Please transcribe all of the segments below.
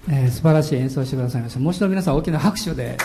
素晴らしい演奏してくださいました。もう一度皆さん大きな拍手で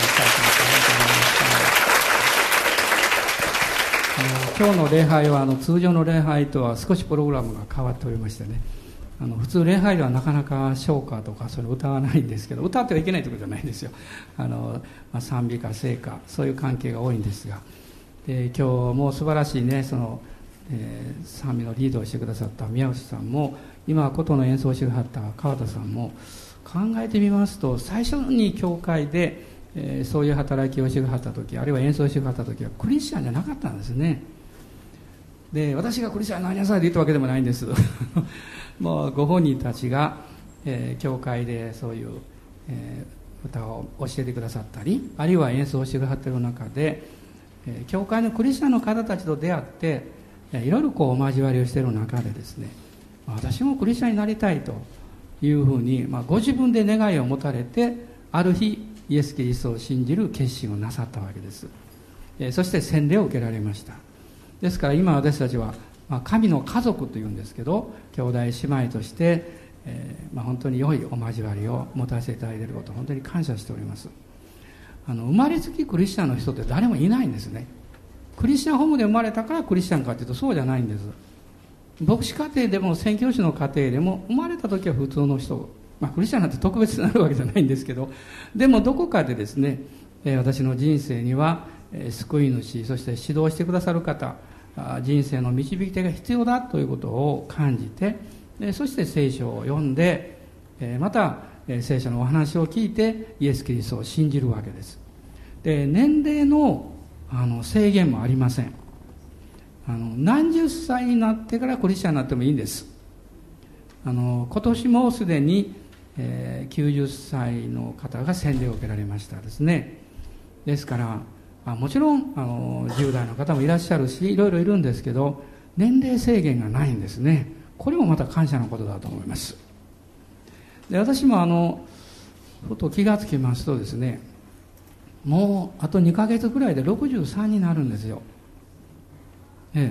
今日の礼拝は通常の礼拝とは少しプログラムが変わっておりましてね、普通礼拝ではなかなか唱歌とかそれ歌わないんですけど、歌ってはいけないということじゃないんですよ。賛美歌聖歌そういう関係が多いんですが、今日も素晴らしいね賛美のリードをしてくださった宮内さんも、今琴の演奏をしてくださった川田さんも、考えてみますと最初に教会で、そういう働きをしてくださった時、あるいは演奏してくださった時はクリスチャンじゃなかったんですね。で、私がクリスチャンになりなさいと言ったわけでもないんですもうご本人たちが、教会でそういう、歌を教えてくださったり、あるいは演奏してくださっている中で、教会のクリスチャンの方たちと出会っていろいろお交わりをしている中でですね、私もクリスチャンになりたいというふうに、ご自分で願いを持たれて、ある日イエス・キリストを信じる決心をなさったわけです。そして洗礼を受けられました。ですから今私たちは、神の家族というんですけど、兄弟姉妹として、本当に良いお交わりを持たせていただいていることを本当に感謝しております。生まれつきクリスチャンの人って誰もいないんですね。クリスチャンホームで生まれたからクリスチャンかというとそうじゃないんです。牧師家庭でも宣教師の家庭でも生まれた時は普通の人、クリスチャンなんて特別になるわけじゃないんですけど、でもどこかでですね、私の人生には救い主、そして指導してくださる方、人生の導き手が必要だということを感じて、そして聖書を読んで、また聖書のお話を聞いてイエス・キリストを信じるわけです。で、年齢の制限もありません。何十歳になってからクリスチャンになってもいいんです。今年もすでに、90歳の方が洗礼を受けられましたですね。ですからもちろん10代の方もいらっしゃるし、いろいろいるんですけど、年齢制限がないんですね。これもまた感謝のことだと思います。で、私もふと気がつきますとですね、もうあと2ヶ月くらいで63になるんですよ。い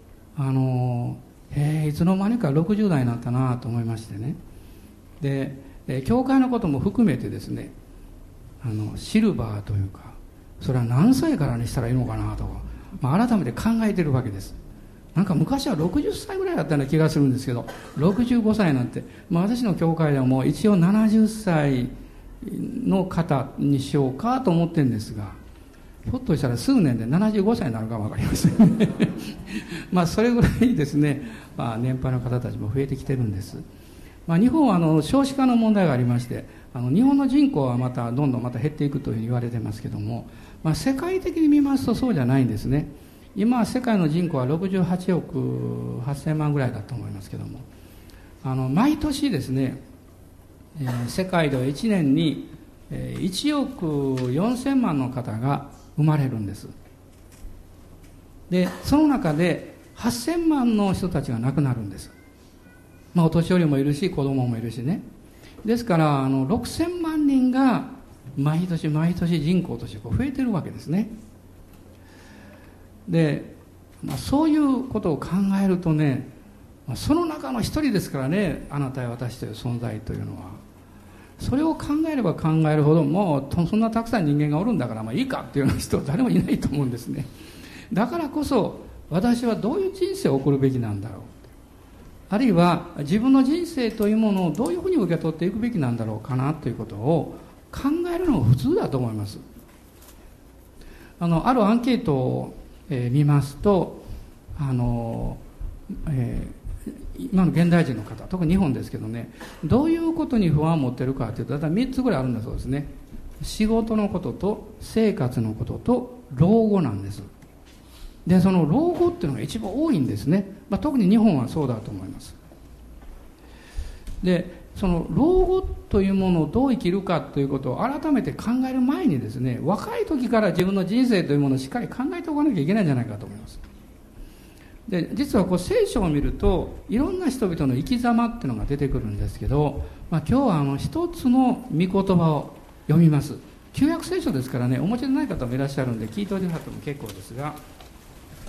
つの間にか60代になったなと思いましてね。で、教会のことも含めてですね、シルバーというか、それは何歳からにしたらいいのかなとか、改めて考えてるわけです。なんか昔は60歳ぐらいだったような気がするんですけど、65歳になって、私の教会ではもう一応70歳の方にしようかと思ってるんですが、ひょっとしたら数年で75歳になるかもわかりませんそれぐらいですね、年配の方たちも増えてきてるんです。日本は少子化の問題がありまして、日本の人口はまたどんどんまた減っていくというふうに言われてますけども、世界的に見ますとそうじゃないんですね。今世界の人口は68億8000万ぐらいだと思いますけども、毎年ですね、世界では1年に1億4000万の方が生まれるんです。で、その中で8000万の人たちが亡くなるんです。お年寄りもいるし子供もいるしね。ですから6000万人が毎年毎年人口として増えてるわけですね。で、そういうことを考えるとね、その中の一人ですからね、あなたや私という存在というのは。それを考えれば考えるほど、もうそんなたくさん人間がおるんだからいいかっていうような人は誰もいないと思うんですね。だからこそ私はどういう人生を送るべきなんだろう、あるいは自分の人生というものをどういうふうに受け取っていくべきなんだろうかなということを考えるのが普通だと思います。あるアンケートを、見ますと今の現代人の方、特に日本ですけどね、どういうことに不安を持っているかというと、だいたい3つぐらいあるんだそうですね。仕事のことと生活のことと老後なんです。で、その老後っていうのが一番多いんですね。特に日本はそうだと思います。で、その老後というものをどう生きるかということを改めて考える前にですね、若い時から自分の人生というものをしっかり考えておかなきゃいけないんじゃないかと思います。で、実は聖書を見るといろんな人々の生き様っていうのが出てくるんですけど、今日は一つの御言葉を読みます。旧約聖書ですからね、お持ちでない方もいらっしゃるんで聞いておいてもらっても結構ですが、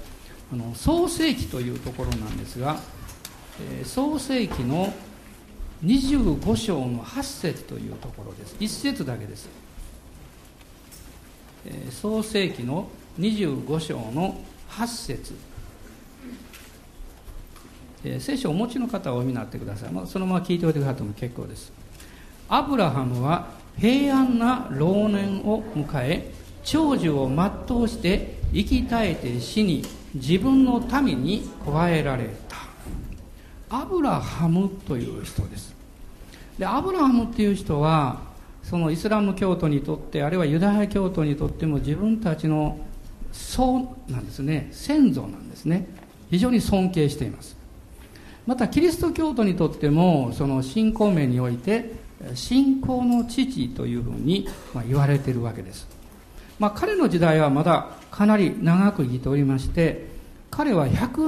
創世記というところなんですが、創世記の 25章の8節というところです。1節だけです。創世記の25章の8節、聖書をお持ちの方はお読みになってください。そのまま聞いておいてくださっても結構です。アブラハムは平安な老年を迎え、長寿を全うして生き絶えて死に、自分の民に加えられた。アブラハムという人です。で、アブラハムっていう人はそのイスラム教徒にとって、あるいはユダヤ教徒にとっても自分たちの祖なんですね、先祖なんですね。非常に尊敬しています。またキリスト教徒にとってもその信仰面において信仰の父というふうに言われているわけです。彼の時代はまだかなり長く生きておりまして、彼は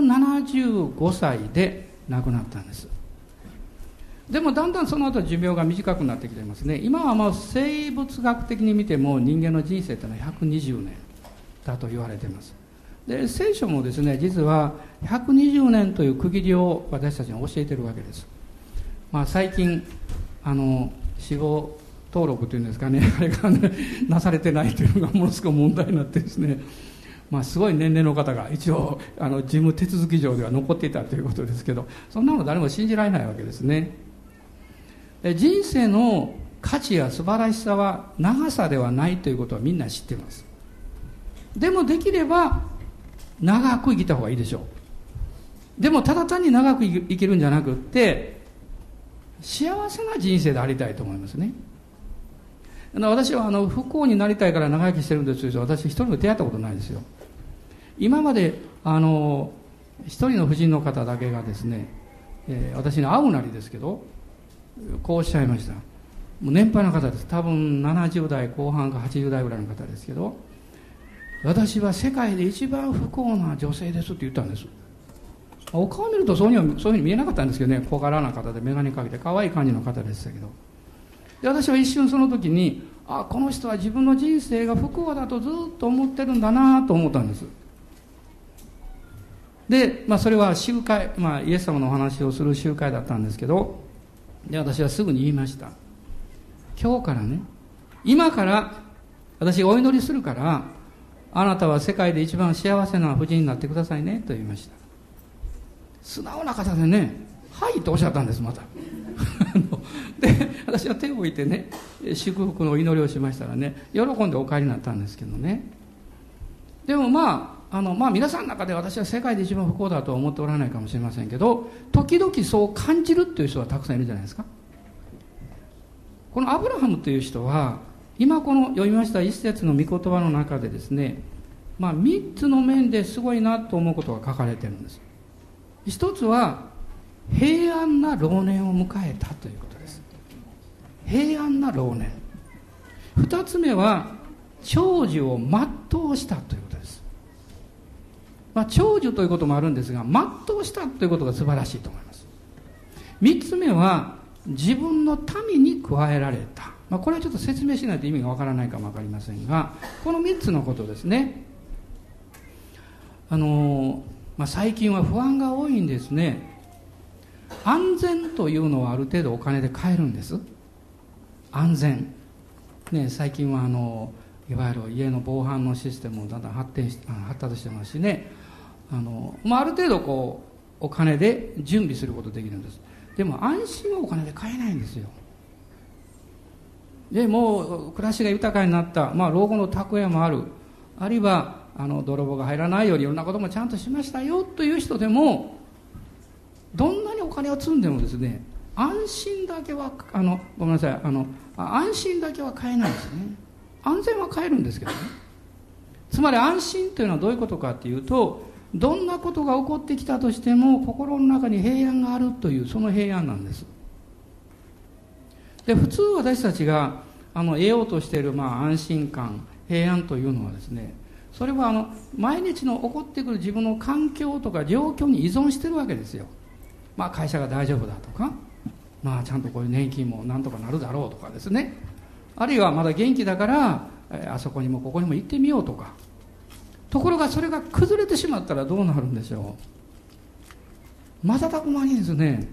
175歳で亡くなったんです。でもだんだんその後寿命が短くなってきていますね。今は生物学的に見ても人間の人生というのは120年だと言われています。で、聖書もですね、実は120年という区切りを私たちに教えているわけです。最近死亡登録というんですかね、あれがなされてないというのがものすごく問題になってですね、すごい年齢の方が一応事務手続き上では残っていたということですけど、そんなの誰も信じられないわけですね。人生の価値や素晴らしさは長さではないということはみんな知っています。でもできれば長く生きた方がいいでしょう。でもただ単に長く生きるんじゃなくって、幸せな人生でありたいと思いますね。私は不幸になりたいから長生きしてるんですけど、私一人も出会ったことないですよ。今まで一人の夫人の方だけがですね、私に会うなりですけどこうおっしゃいました。もう年配の方です。多分70代後半か80代ぐらいの方ですけど、私は世界で一番不幸な女性ですって言ったんです。お顔を見るとそういうふうに見えなかったんですけどね、小柄な方で眼鏡かけて可愛い感じの方でしたけど、で私は一瞬その時に、この人は自分の人生が不幸だとずっと思ってるんだなと思ったんです。で、それは集会、イエス様のお話をする集会だったんですけど、で私はすぐに言いました。今日からね、今から私お祈りするから、あなたは世界で一番幸せな夫人になってくださいねと言いました。素直な方でね、はいとおっしゃったんです。またで私は手を置いてね、祝福のお祈りをしましたらね、喜んでお帰りになったんですけどね。でも皆さんの中で私は世界で一番不幸だとは思っておらないかもしれませんけど、時々そう感じるっていう人はたくさんいるじゃないですか。このアブラハムという人は、今この読みました一節の御言葉の中でですね、3つの面ですごいなと思うことが書かれているんです。一つは平安な老年を迎えたということです。平安な老年。二つ目は長寿を全うしたということです。長寿ということもあるんですが、全うしたということが素晴らしいと思います。三つ目は自分の民に加えられた。これはちょっと説明しないと意味がわからないかもわかりませんが、この3つのことですね。最近は不安が多いんですね。安全というのはある程度お金で買えるんです。安全、最近はいわゆる家の防犯のシステムもだんだん発達してますしね、ある程度お金で準備することができるんです。でも安心はお金で買えないんですよ。でもう暮らしが豊かになった、老後の蓄えもある、あるいは泥棒が入らないようにいろんなこともちゃんとしましたよという人でも、どんなにお金を積んでもですね、安心だけはごめんなさい、安心だけは買えないですね。安全は買えるんですけどね。つまり安心というのはどういうことかというと、どんなことが起こってきたとしても心の中に平安があるという、その平安なんです。で、普通私たちが得ようとしている安心感、平安というのはですね、それは毎日の起こってくる自分の環境とか状況に依存しているわけですよ。会社が大丈夫だとか、ちゃんとこういう年金もなんとかなるだろうとかですね、あるいはまだ元気だからあそこにもここにも行ってみようとか。ところがそれが崩れてしまったらどうなるんでしょう。瞬く間にですね、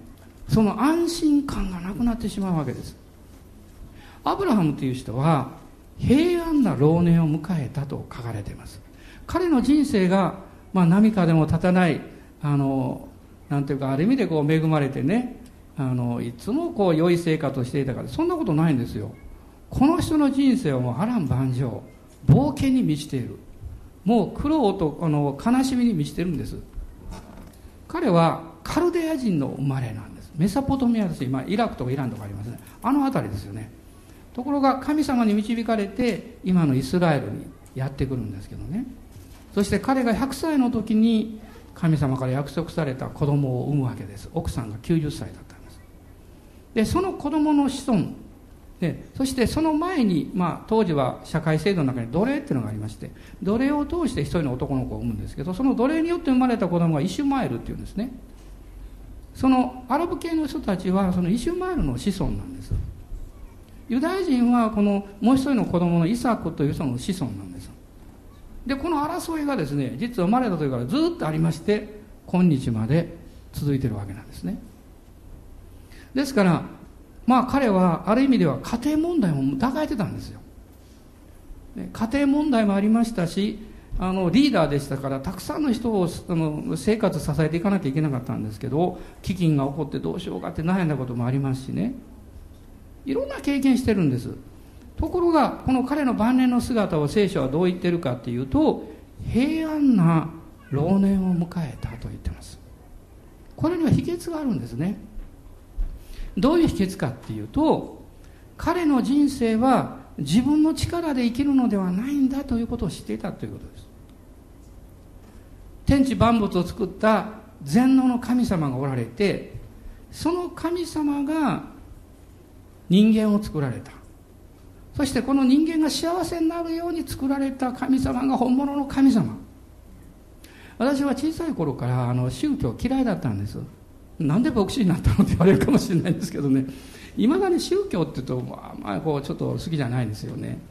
その安心感がなくなってしまうわけです。アブラハムという人は平安な老年を迎えたと書かれています。彼の人生が、波風も立たないなんていうか、ある意味で恵まれてね、いつも良い生活をしていたから、そんなことないんですよ。この人の人生はもう波乱万丈、冒険に満ちている、もう苦労と悲しみに満ちているんです。彼はカルデア人の生まれなんです。メソポタミアです。今イラクとかイランとかありますね、あの辺りですよね。ところが神様に導かれて今のイスラエルにやってくるんですけどね。そして彼が100歳の時に神様から約束された子供を産むわけです。奥さんが90歳だったんです。でその子供の子孫で、そしてその前に、当時は社会制度の中に奴隷っていうのがありまして、奴隷を通して一人の男の子を産むんですけど、その奴隷によって生まれた子供がイシュマエルっていうんですね。そのアラブ系の人たちはそのイシュマエルの子孫なんです。ユダヤ人はこのもう一人の子供のイサクというその子孫なんです。でこの争いがですね、実は生まれた時からずっとありまして、今日まで続いているわけなんですね。ですから彼はある意味では家庭問題も抱えてたんですよ。家庭問題もありましたし、リーダーでしたから、たくさんの人を生活支えていかなきゃいけなかったんですけど、飢饉が起こってどうしようかって悩んだこともありますしね、いろんな経験してるんです。ところがこの彼の晩年の姿を聖書はどう言ってるかっていうと、平安な老年を迎えたと言ってます。これには秘訣があるんですね。どういう秘訣かっていうと、彼の人生は自分の力で生きるのではないんだということを知っていたということです。天地万物を作った全能の神様がおられて、その神様が人間を作られた。そしてこの人間が幸せになるように作られた神様が本物の神様。私は小さい頃から宗教嫌いだったんです。なんで牧師になったのって言われるかもしれないんですけどね、いまだに宗教って言うとちょっと好きじゃないんですよね。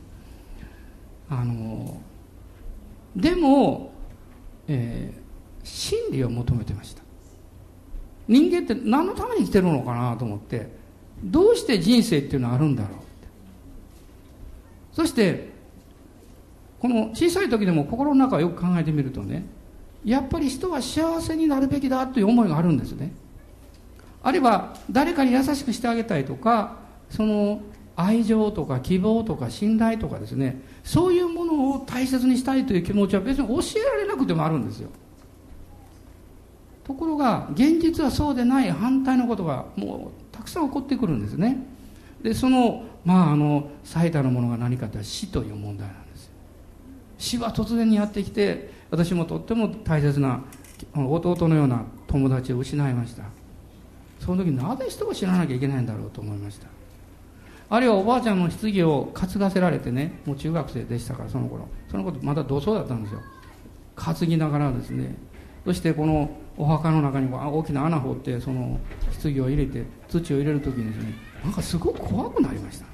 でも、真理を求めてました。人間って何のために生きてるのかなと思って、どうして人生っていうのはあるんだろうって。そしてこの小さい時でも心の中をよく考えてみるとね、やっぱり人は幸せになるべきだという思いがあるんですね。あるいは誰かに優しくしてあげたいとか、その愛情とか希望とか信頼とかですね、そういうものを大切にしたいという気持ちは別に教えられなくてもあるんですよ。ところが現実はそうでない反対のことがもうたくさん起こってくるんですね。でその最たるものが何かというと死という問題なんですよ。死は突然にやってきて、私もとっても大切な弟のような友達を失いました。その時なぜ人が死ななきゃいけないんだろうと思いました。あるいはおばあちゃんの棺を担がせられてね、もう中学生でしたから、その頃そのことまだ同窓だったんですよ。担ぎながらですね、そしてこのお墓の中に大きな穴掘って、その棺を入れて土を入れる時にですね、なんかすごく怖くなりました。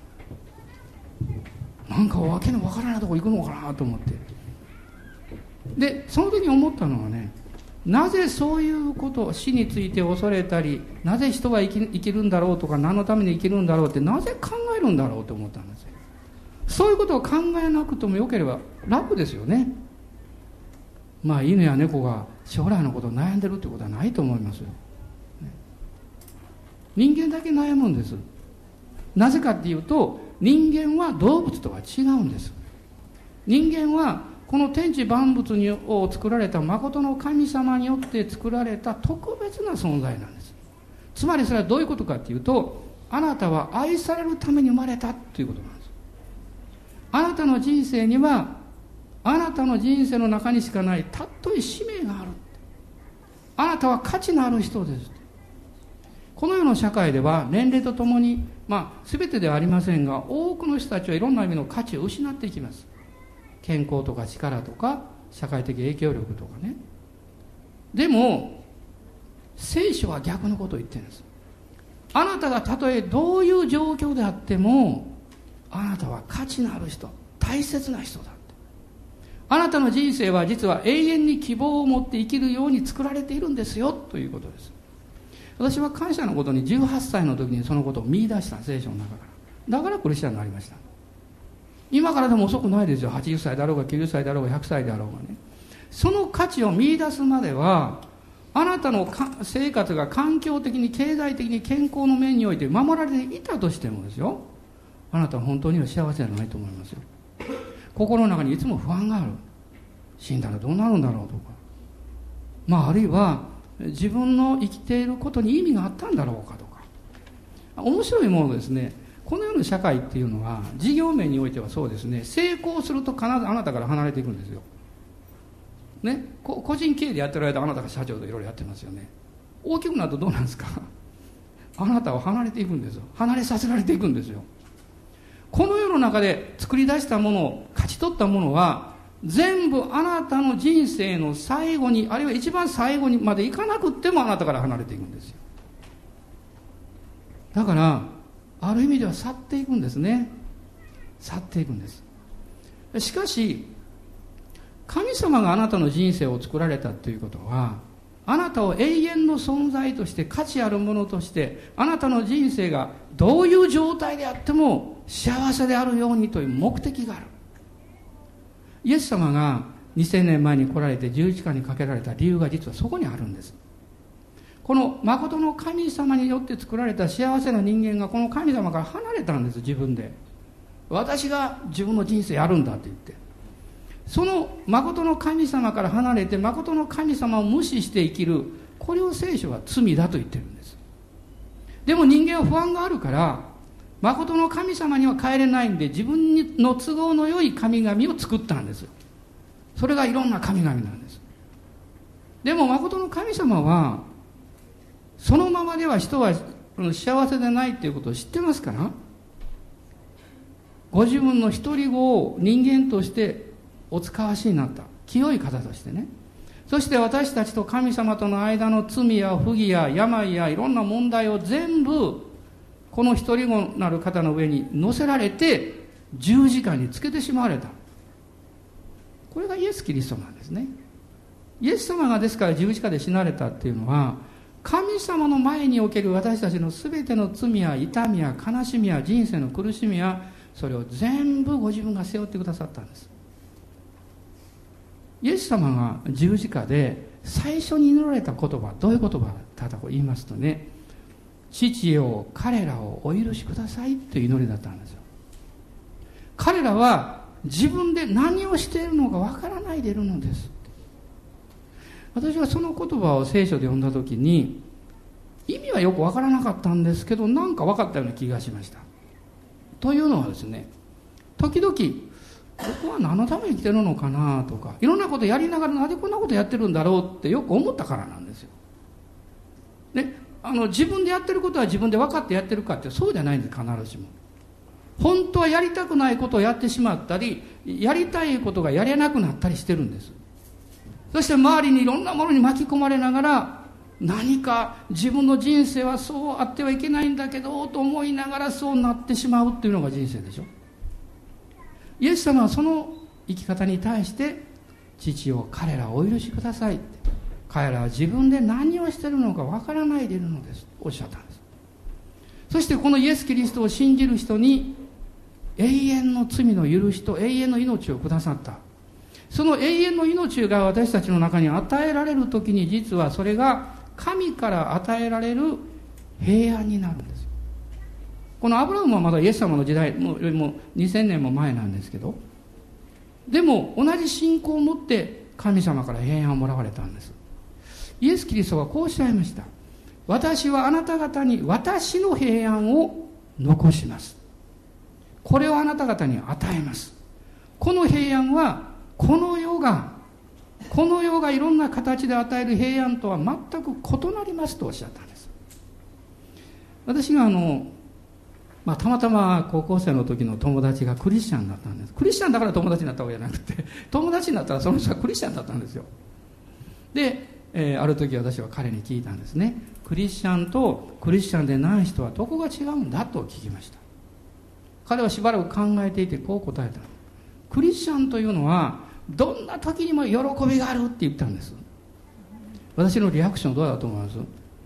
なんかわけのわからないとこ行くのかなと思って、でその時に思ったのはね、なぜそういうこと、死について恐れたり、なぜ人は生きるんだろうとか、何のために生きるんだろうってなぜ考えるんだろうと思ったんですよ。そういうことを考えなくてもよければ楽ですよね。犬や猫が将来のことを悩んでるってことはないと思いますよ。人間だけ悩むんです。なぜかっていうと、人間は動物とは違うんです。人間はこの天地万物を作られた誠の神様によって作られた特別な存在なんです。つまりそれはどういうことかっていうと、あなたは愛されるために生まれたということなんです。あなたの人生には、あなたの人生の中にしかないたっとい使命がある。あなたは価値のある人です。この世の社会では年齢とともに、全てではありませんが、多くの人たちはいろんな意味の価値を失っていきます。健康とか力とか社会的影響力とかね。でも聖書は逆のことを言ってるんです。あなたがたとえどういう状況であっても、あなたは価値のある人、大切な人だって。あなたの人生は実は永遠に希望を持って生きるように作られているんですよということです。 私は感謝のことに18歳の時にそのことを見出した、聖書の中から。だからクリスチャンになりました。今からでも遅くないですよ。80歳だろうが90歳だろうが100歳だろうがね。その価値を見出すまでは、あなたの生活が環境的に経済的に健康の面において守られていたとしてもですよ、あなたは本当には幸せじゃないと思いますよ。心の中にいつも不安がある。死んだらどうなるんだろうとか、あるいは自分の生きていることに意味があったんだろうかとか。面白いものですね、この世の社会っていうのは事業面においてはそうですね、成功すると必ずあなたから離れていくんですよね。個人経営でやってる間、あなたが社長でいろいろやってますよね。大きくなるとどうなんですかあなたは離れていくんですよ。離れさせられていくんですよ。この世の中で作り出したものを、勝ち取ったものは全部あなたの人生の最後に、あるいは一番最後にまでいかなくってもあなたから離れていくんですよ。だからある意味では去っていくんですね。去っていくんです。しかし神様があなたの人生を作られたということは、あなたを永遠の存在として価値あるものとして、あなたの人生がどういう状態であっても幸せであるようにという目的がある。イエス様が2000年前に来られて十字架にかけられた理由が実はそこにあるんです。この誠の神様によって作られた幸せな人間がこの神様から離れたんです。自分で私が自分の人生やるんだって言って、その誠の神様から離れて誠の神様を無視して生きる、これを聖書は罪だと言ってるんです。でも人間は不安があるから誠の神様には帰れないんで、自分の都合の良い神々を作ったんです。それがいろんな神々なんです。でも誠の神様はそのままでは人は幸せでないということを知ってますから、ご自分の独り子を人間としてお使わしになった清い方としてね、そして私たちと神様との間の罪や不義や病やいろんな問題を全部この独り子なる方の上に乗せられて十字架につけてしまわれた。これがイエス・キリストなんですね。イエス様がですから十字架で死なれたっていうのは、神様の前における私たちの全ての罪や痛みや悲しみや人生の苦しみや、それを全部ご自分が背負ってくださったんです。イエス様が十字架で最初に祈られた言葉、どういう言葉だと言いますとね、父よ彼らをお許しくださいという祈りだったんですよ。彼らは自分で何をしているのかわからないでいるのです。私はその言葉を聖書で読んだ時に、意味はよくわからなかったんですけど、なんか分かったような気がしました。というのはですね、時々僕は何のために生きてるのかなとか、いろんなことやりながらなぜこんなことやってるんだろうってよく思ったからなんですよ。で、自分でやってることは自分で分かってやってるかってそうじゃないんです。必ずしも本当はやりたくないことをやってしまったり、やりたいことがやれなくなったりしてるんです。そして周りにいろんなものに巻き込まれながら、何か自分の人生はそうあってはいけないんだけどと思いながらそうなってしまうっていうのが人生でしょ。イエス様はその生き方に対して、父を彼らをお許しくださいって、彼らは自分で何をしているのかわからないでいるのですとおっしゃったんです。そしてこのイエス・キリストを信じる人に永遠の罪の許しと永遠の命をくださった。その永遠の命が私たちの中に与えられるときに、実はそれが神から与えられる平安になるんです。このアブラハムはまだイエス様の時代よりも2000年も前なんですけど、でも同じ信仰を持って神様から平安をもらわれたんです。イエス・キリストはこうおっしゃいました。私はあなた方に私の平安を残します。これをあなた方に与えます。この平安はこの世がいろんな形で与える平安とは全く異なりますとおっしゃったんです。私がたまたま高校生の時の友達がクリスチャンだったんです。クリスチャンだから友達になったわけじゃなくて、友達になったらその人はクリスチャンだったんですよ。で、ある時私は彼に聞いたんですね。クリスチャンとクリスチャンでない人はどこが違うんだと聞きました。彼はしばらく考えていてこう答えた。クリスチャンというのはどんな時にも喜びがあるって言ったんです。私のリアクションどうだと思います？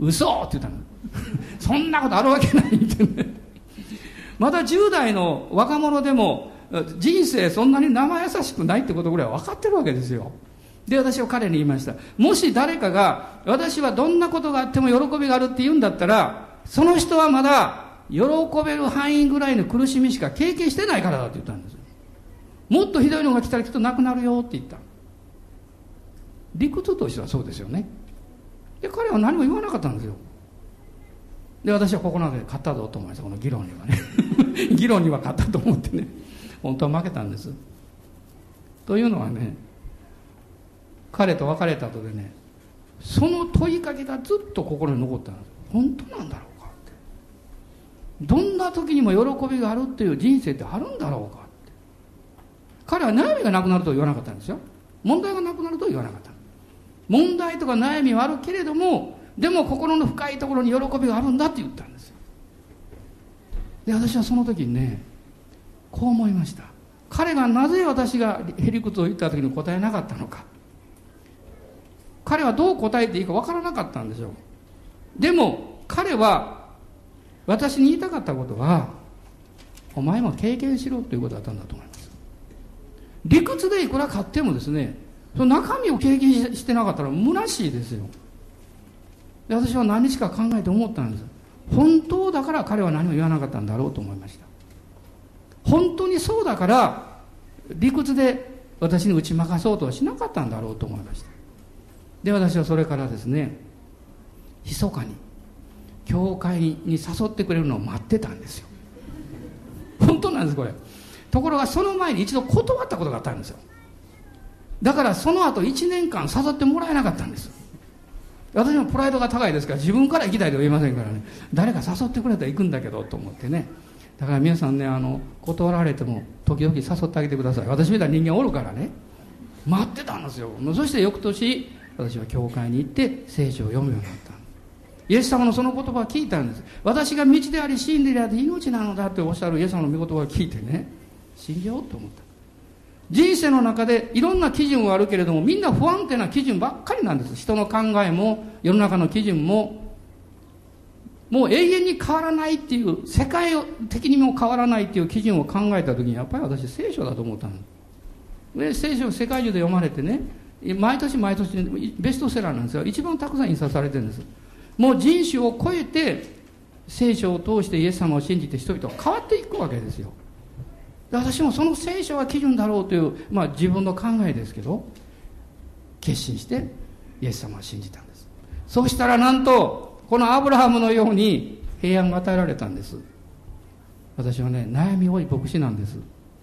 嘘って言ったの。そんなことあるわけないってね。まだ10代の若者でも人生そんなに生優しくないってことぐらい分かってるわけですよ。で、私は彼に言いました。もし誰かが私はどんなことがあっても喜びがあるって言うんだったら、その人はまだ喜べる範囲ぐらいの苦しみしか経験してないからだって言ったんですよ。もっとひどいのが来たらきっとなくなるよって言った。理屈としてはそうですよね。で、彼は何も言わなかったんですよ。で、私はここまで勝ったぞと思いました。この議論にはね。議論には勝ったと思ってね。本当は負けたんです。というのはね、彼と別れた後でね、その問いかけがずっと心に残ったんです。本当なんだろうかって。どんな時にも喜びがあるっていう人生ってあるんだろうかって。彼は悩みがなくなるとは言わなかったんですよ。問題がなくなるとは言わなかった。問題とか悩みはあるけれども、でも心の深いところに喜びがあるんだって言ったんですよ。で、私はその時にね、こう思いました。彼がなぜ私がへりくつを言った時に答えなかったのか。彼はどう答えていいか分からなかったんでしょう。でも彼は私に言いたかったことは、お前も経験しろということだったんだと思います。理屈でいくら勝ってもですね、その中身を経験してなかったら虚しいですよ。で、私は何日か考えて思ったんです。本当だから彼は何も言わなかったんだろうと思いました。本当にそうだから理屈で私に打ち負かそうとはしなかったんだろうと思いました。で、私はそれからですね、密かに教会に誘ってくれるのを待ってたんですよ。本当なんですこれ。ところがその前に一度断ったことがあったんですよ。だからその後1年間誘ってもらえなかったんです。私もプライドが高いですから、自分から行きたいとは言いませんからね、誰か誘ってくれたら行くんだけどと思ってね。だから皆さんね、断られても時々誘ってあげてください。私みたいな人間おるからね。待ってたんですよ。そして翌年私は教会に行って聖書を読むようになった。イエス様のその言葉を聞いたんです。私が道であり真理であり命なのだっておっしゃるイエス様の御言葉を聞いてね、信じようと思った。人生の中でいろんな基準はあるけれども、みんな不安定な基準ばっかりなんです。人の考えも世の中の基準ももう永遠に変わらないっていう、世界的にも変わらないっていう基準を考えた時に、やっぱり私聖書だと思ったので、聖書を世界中で読まれてね、毎年毎年ベストセラーなんですよ。一番たくさん印刷されてるんです。もう人種を超えて聖書を通してイエス様を信じて人々は変わっていくわけですよ。私もその聖書が基準だろうという、自分の考えですけど、決心してイエス様を信じたんです。そうしたらなんとこのアブラハムのように平安が与えられたんです。私はね、悩み多い牧師なんです。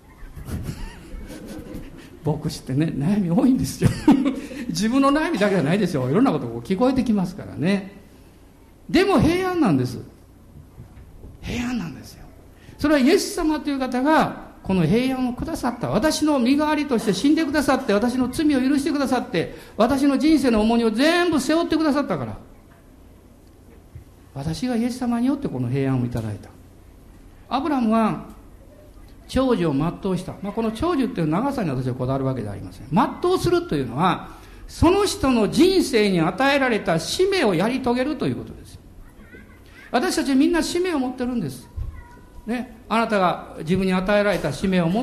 牧師ってね、悩み多いんですよ。自分の悩みだけじゃないですよ。いろんなことが聞こえてきますからね。でも平安なんです。平安なんですよ。それはイエス様という方がこの平安をくださった。私の身代わりとして死んでくださって、私の罪を許してくださって、私の人生の重荷を全部背負ってくださったから、私がイエス様によってこの平安をいただいた。アブラムは長寿を全うした。この長寿っていう長さに私はこだわるわけではありません。全うするというのは、その人の人生に与えられた使命をやり遂げるということです。私たちみんな使命を持ってるんです。ね、あなたが自分に与えられた使命を持って、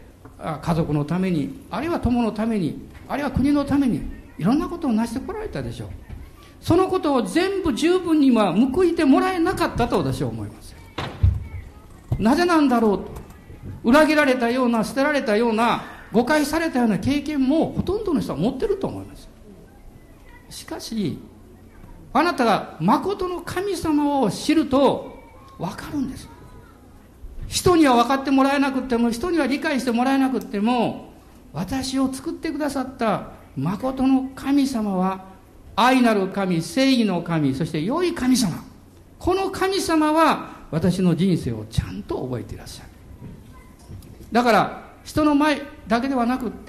家族のために、あるいは友のために、あるいは国のために、いろんなことを成してこられたでしょう。そのことを全部十分には報いてもらえなかったと私は思います。なぜなんだろうと。裏切られたような、捨てられたような、誤解されたような経験もほとんどの人は持ってると思います。しかしあなたが誠の神様を知ると分かるんです。人には分かってもらえなくても、人には理解してもらえなくても、私を作ってくださった誠の神様は愛なる神、正義の神、そして良い神様。この神様は私の人生をちゃんと覚えていらっしゃる。だから人の前だけではなくって、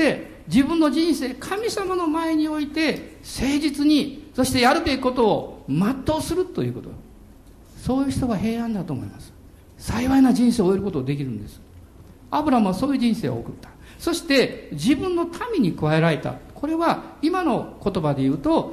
自分の人生神様の前において誠実に、そしてやるべきことを全うするということ、そういう人は平安だと思います。幸いな人生を終えることができるんです。アブラムはそういう人生を送った。そして自分の民に加えられた。これは今の言葉で言うと、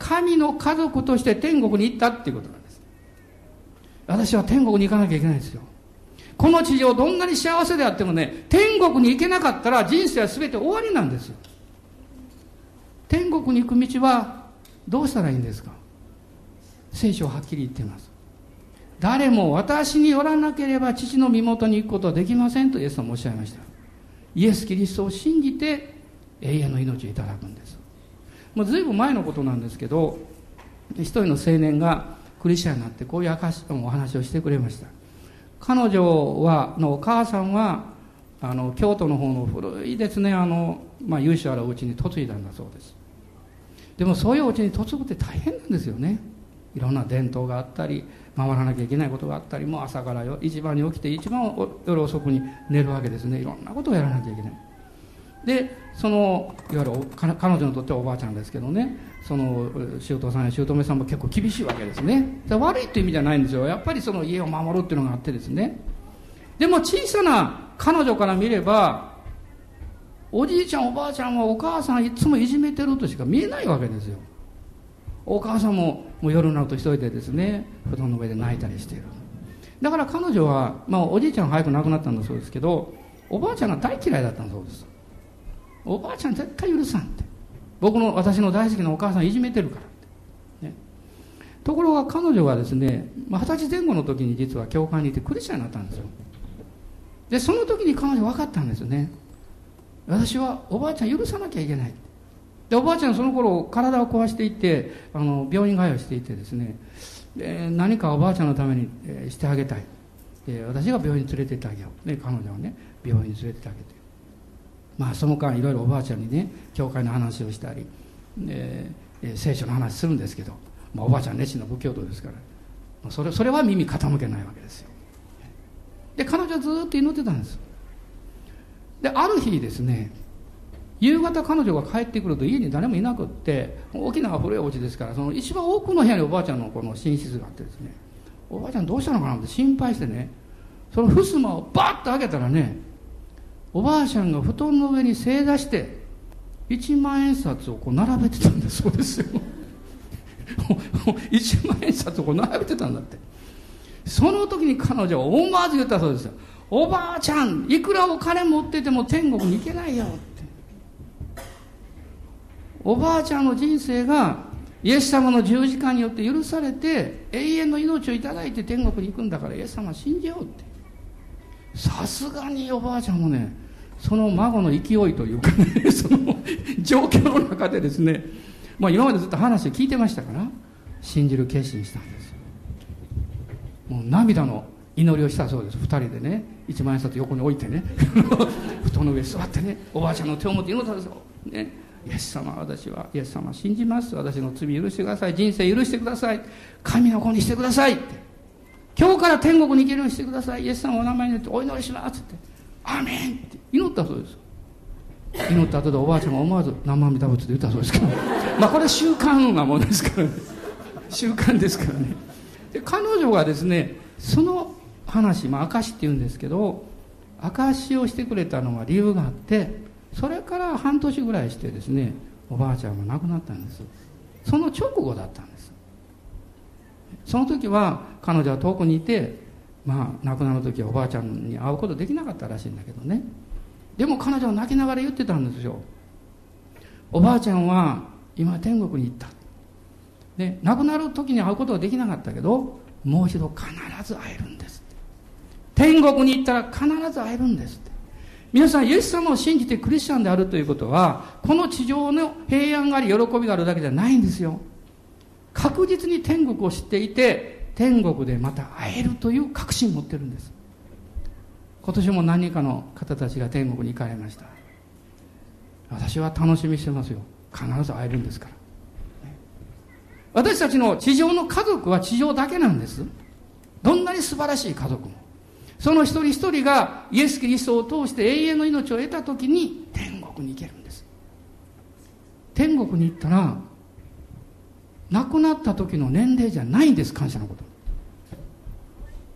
神の家族として天国に行ったっていうことなんです。私は天国に行かなきゃいけないんですよ。この地上どんなに幸せであってもね、天国に行けなかったら人生は全て終わりなんですよ。天国に行く道はどうしたらいいんですか。聖書ははっきり言っています。誰も私によらなければ父の身元に行くことはできませんとイエス様もおっしゃいました。イエス・キリストを信じて永遠の命をいただくんです。もうずいぶん前のことなんですけど、一人の青年がクリスチャンになってこういうお話をしてくれました。彼女のお母さんは京都の方の古いですね、由緒あるお家に嫁いだんだそうです。でもそういうお家に嫁ぐって大変なんですよね。いろんな伝統があったり、守らなきゃいけないことがあったり、もう朝から一番に起きて一番夜遅くに寝るわけですね。いろんなことをやらなきゃいけない。でいわゆる彼女にとってはおばあちゃんですけどね、その姑さんや姑さんも結構厳しいわけですね。悪いっていう意味じゃないんですよ。やっぱりその家を守るっていうのがあってですね。でも小さな彼女から見れば、おじいちゃんおばあちゃんはお母さんいつもいじめてるとしか見えないわけですよ。お母さんも夜になると一人でですね、布団の上で泣いたりしている。だから彼女は、おじいちゃんは早く亡くなったんだそうですけど、おばあちゃんが大嫌いだったんだそうです。おばあちゃん絶対許さんって、私の大好きなお母さんいじめてるからって、ね、ところが彼女はですね、20歳前後の時に実は教会にいてクリスチャンになったんですよ。でその時に彼女分かったんですよね。私はおばあちゃん許さなきゃいけない。でおばあちゃんその頃体を壊していて病院通いしていてですね、何かおばあちゃんのために、してあげたい。私が病院に連れてってあげよう。で彼女をね病院に連れてってあげて、その間いろいろおばあちゃんにね教会の話をしたり、聖書の話するんですけど、おばあちゃん熱心な仏教徒ですから、それは耳傾けないわけですよ。で彼女はずっと祈ってたんです。である日ですね、夕方彼女が帰ってくると家に誰もいなくって、大きな古いお家ですから、その一番奥の部屋におばあちゃんのこの寝室があってですね、おばあちゃんどうしたのかなって心配してね、その襖をバッと開けたらね、おばあちゃんが布団の上に正座して1万円札をこう並べてたんだそうですよ1万円札をこう並べてたんだって。その時に彼女は思わず言ったそうですよ。おばあちゃん、いくらお金持ってても天国に行けないよって。おばあちゃんの人生がイエス様の十字架によって許されて永遠の命をいただいて天国に行くんだから、イエス様は信じようって。さすがにおばあちゃんもね、その孫の勢いというかねその状況の中でですね、今までずっと話を聞いてましたから信じる決心したんですよ。もう涙の祈りをしたそうです。2人でね1万円札横に置いてね布団の上に座ってね、おばあちゃんの手を持って祈ったんですよ、ね、イエス様、私はイエス様信じます、私の罪許してください、人生許してください、神の子にしてくださいって、今日から天国に行けるようにしてください、イエス様のお名前によってお祈りしますってアーメンって祈ったそうです。祈った後でおばあちゃんが思わず生阿弥陀仏で言ったそうですけどこれ習慣なものですからね習慣ですからね。で彼女がですねその話、証って言うんですけど、証をしてくれたのは理由があって、それから半年ぐらいしてですねおばあちゃんが亡くなったんです。その直後だったんです。その時は彼女は遠くにいて、亡くなる時はおばあちゃんに会うことできなかったらしいんだけどね。でも彼女は泣きながら言ってたんですよ。おばあちゃんは今天国に行った。で亡くなる時に会うことはできなかったけど、もう一度必ず会えるんですって。天国に行ったら必ず会えるんですって。皆さん、イエス様を信じてクリスチャンであるということは、この地上の平安があり喜びがあるだけじゃないんですよ。確実に天国を知っていて、天国でまた会えるという確信を持ってるんです。今年も何人かの方たちが天国に行かれました。私は楽しみにしてますよ。必ず会えるんですから。私たちの地上の家族は地上だけなんです。どんなに素晴らしい家族も、その一人一人がイエス・キリストを通して永遠の命を得たときに天国に行けるんです。天国に行ったら亡くなった時の年齢じゃないんです。感謝のこと、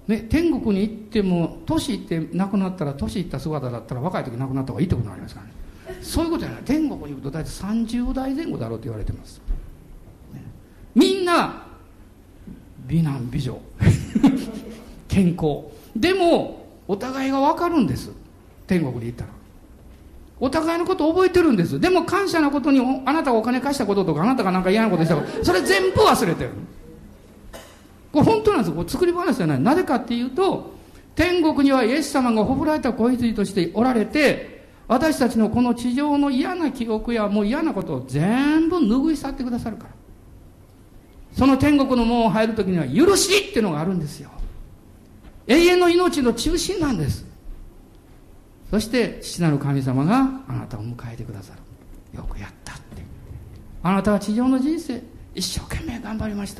ね、天国に行っても年いって亡くなったら、年いった姿だったら若い時亡くなった方がいいってことになりますからね。そういうことじゃない。天国に行くと大体30代前後だろうと言われてます、ね、 みんな美男美女健康でもお互いが分かるんです。天国に行ったらお互いのことを覚えてるんです。でも感謝のことにあなたがお金貸したこととかあなたが何か嫌なことしたことそれ全部忘れてる。これ本当なんですよ。これ作り話じゃない。なぜかっていうと天国にはイエス様がほふられた子羊としておられて私たちのこの地上の嫌な記憶やもう嫌なことを全部拭い去ってくださるから。その天国の門を入るときには許しっていうのがあるんですよ。永遠の命の中心なんです。そして父なる神様があなたを迎えてくださる。よくやったって。あなたは地上の人生一生懸命頑張りましたって。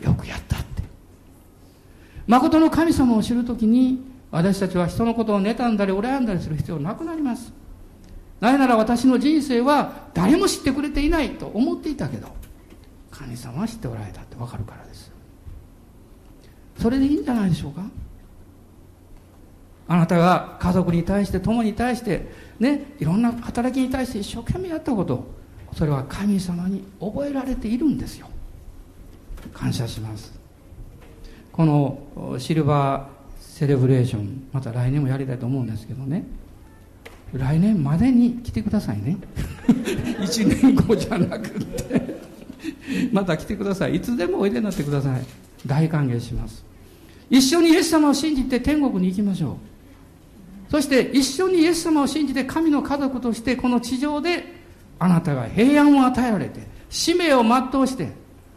よくやったって。誠の神様を知るときに私たちは人のことを妬んだり羨んだりする必要なくなります。なぜなら私の人生は誰も知ってくれていないと思っていたけど神様は知っておられたって分かるからです。それでいいんじゃないでしょうか。あなたが家族に対して友に対してね、いろんな働きに対して一生懸命やったこと、それは神様に覚えられているんですよ。感謝します。このシルバーセレブレーションまた来年もやりたいと思うんですけどね、来年までに来てくださいね1年後じゃなくてまた来てください。いつでもおいでになってください。大歓迎します。一緒にイエス様を信じて天国に行きましょう。そして一緒にイエス様を信じて神の家族としてこの地上であなたが平安を与えられて使命を全うして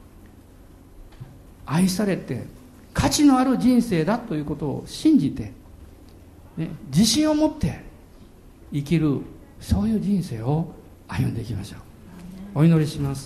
愛されて価値のある人生だということを信じて、ね、自信を持って生きる、そういう人生を歩んでいきましょう。お祈りします。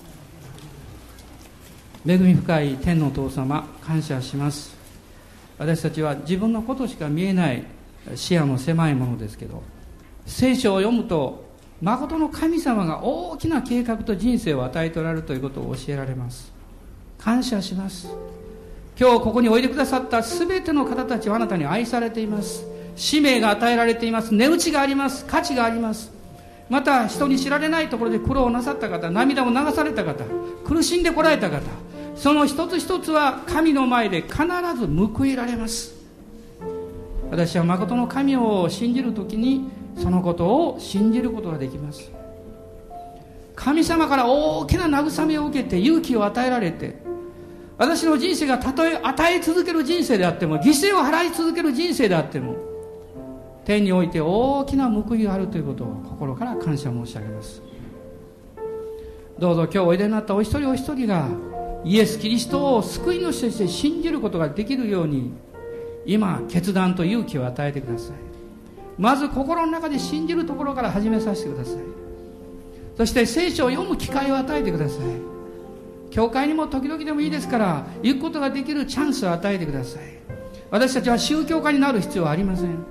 恵み深い天のお父様、感謝します。私たちは自分のことしか見えない視野の狭いものですけど、聖書を読むと誠の神様が大きな計画と人生を与えておられるということを教えられます。感謝します。今日ここにおいでくださった全ての方たちはあなたに愛されています。使命が与えられています。値打ちがあります。価値があります。また人に知られないところで苦労なさった方、涙を流された方、苦しんでこられた方、その一つ一つは神の前で必ず報いられます。私は誠の神を信じるときにそのことを信じることができます。神様から大きな慰めを受けて勇気を与えられて、私の人生がたとえ与え続ける人生であっても、犠牲を払い続ける人生であっても、天において大きな報いがあるということを心から感謝申し上げます。どうぞ今日おいでになったお一人お一人がイエス・キリストを救い主として信じることができるように、今決断と勇気を与えてください。まず心の中で信じるところから始めさせてください。そして聖書を読む機会を与えてください。教会にも時々でもいいですから行くことができるチャンスを与えてください。私たちは宗教家になる必要はありません。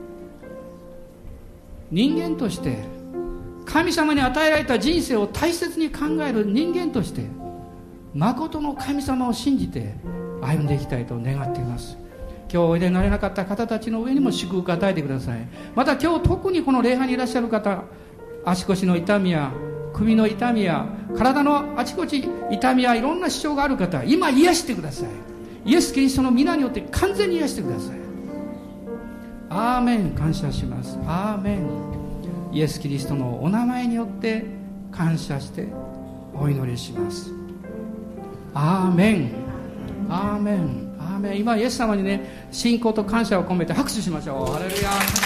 人間として神様に与えられた人生を大切に考える人間として、誠の神様を信じて歩んでいきたいと願っています。今日おいでになれなかった方たちの上にも祝福を与えてください。また今日特にこの礼拝にいらっしゃる方、足腰の痛みや首の痛みや体のあちこち痛みやいろんな支障がある方、今癒してください。イエス・キリストの皆によって完全に癒してください。アーメン。感謝します。アーメン。イエス・キリストのお名前によって感謝してお祈りします。アーメン。アーメン。アーメン。今イエス様にね、信仰と感謝を込めて拍手しましょう。ハレルヤ。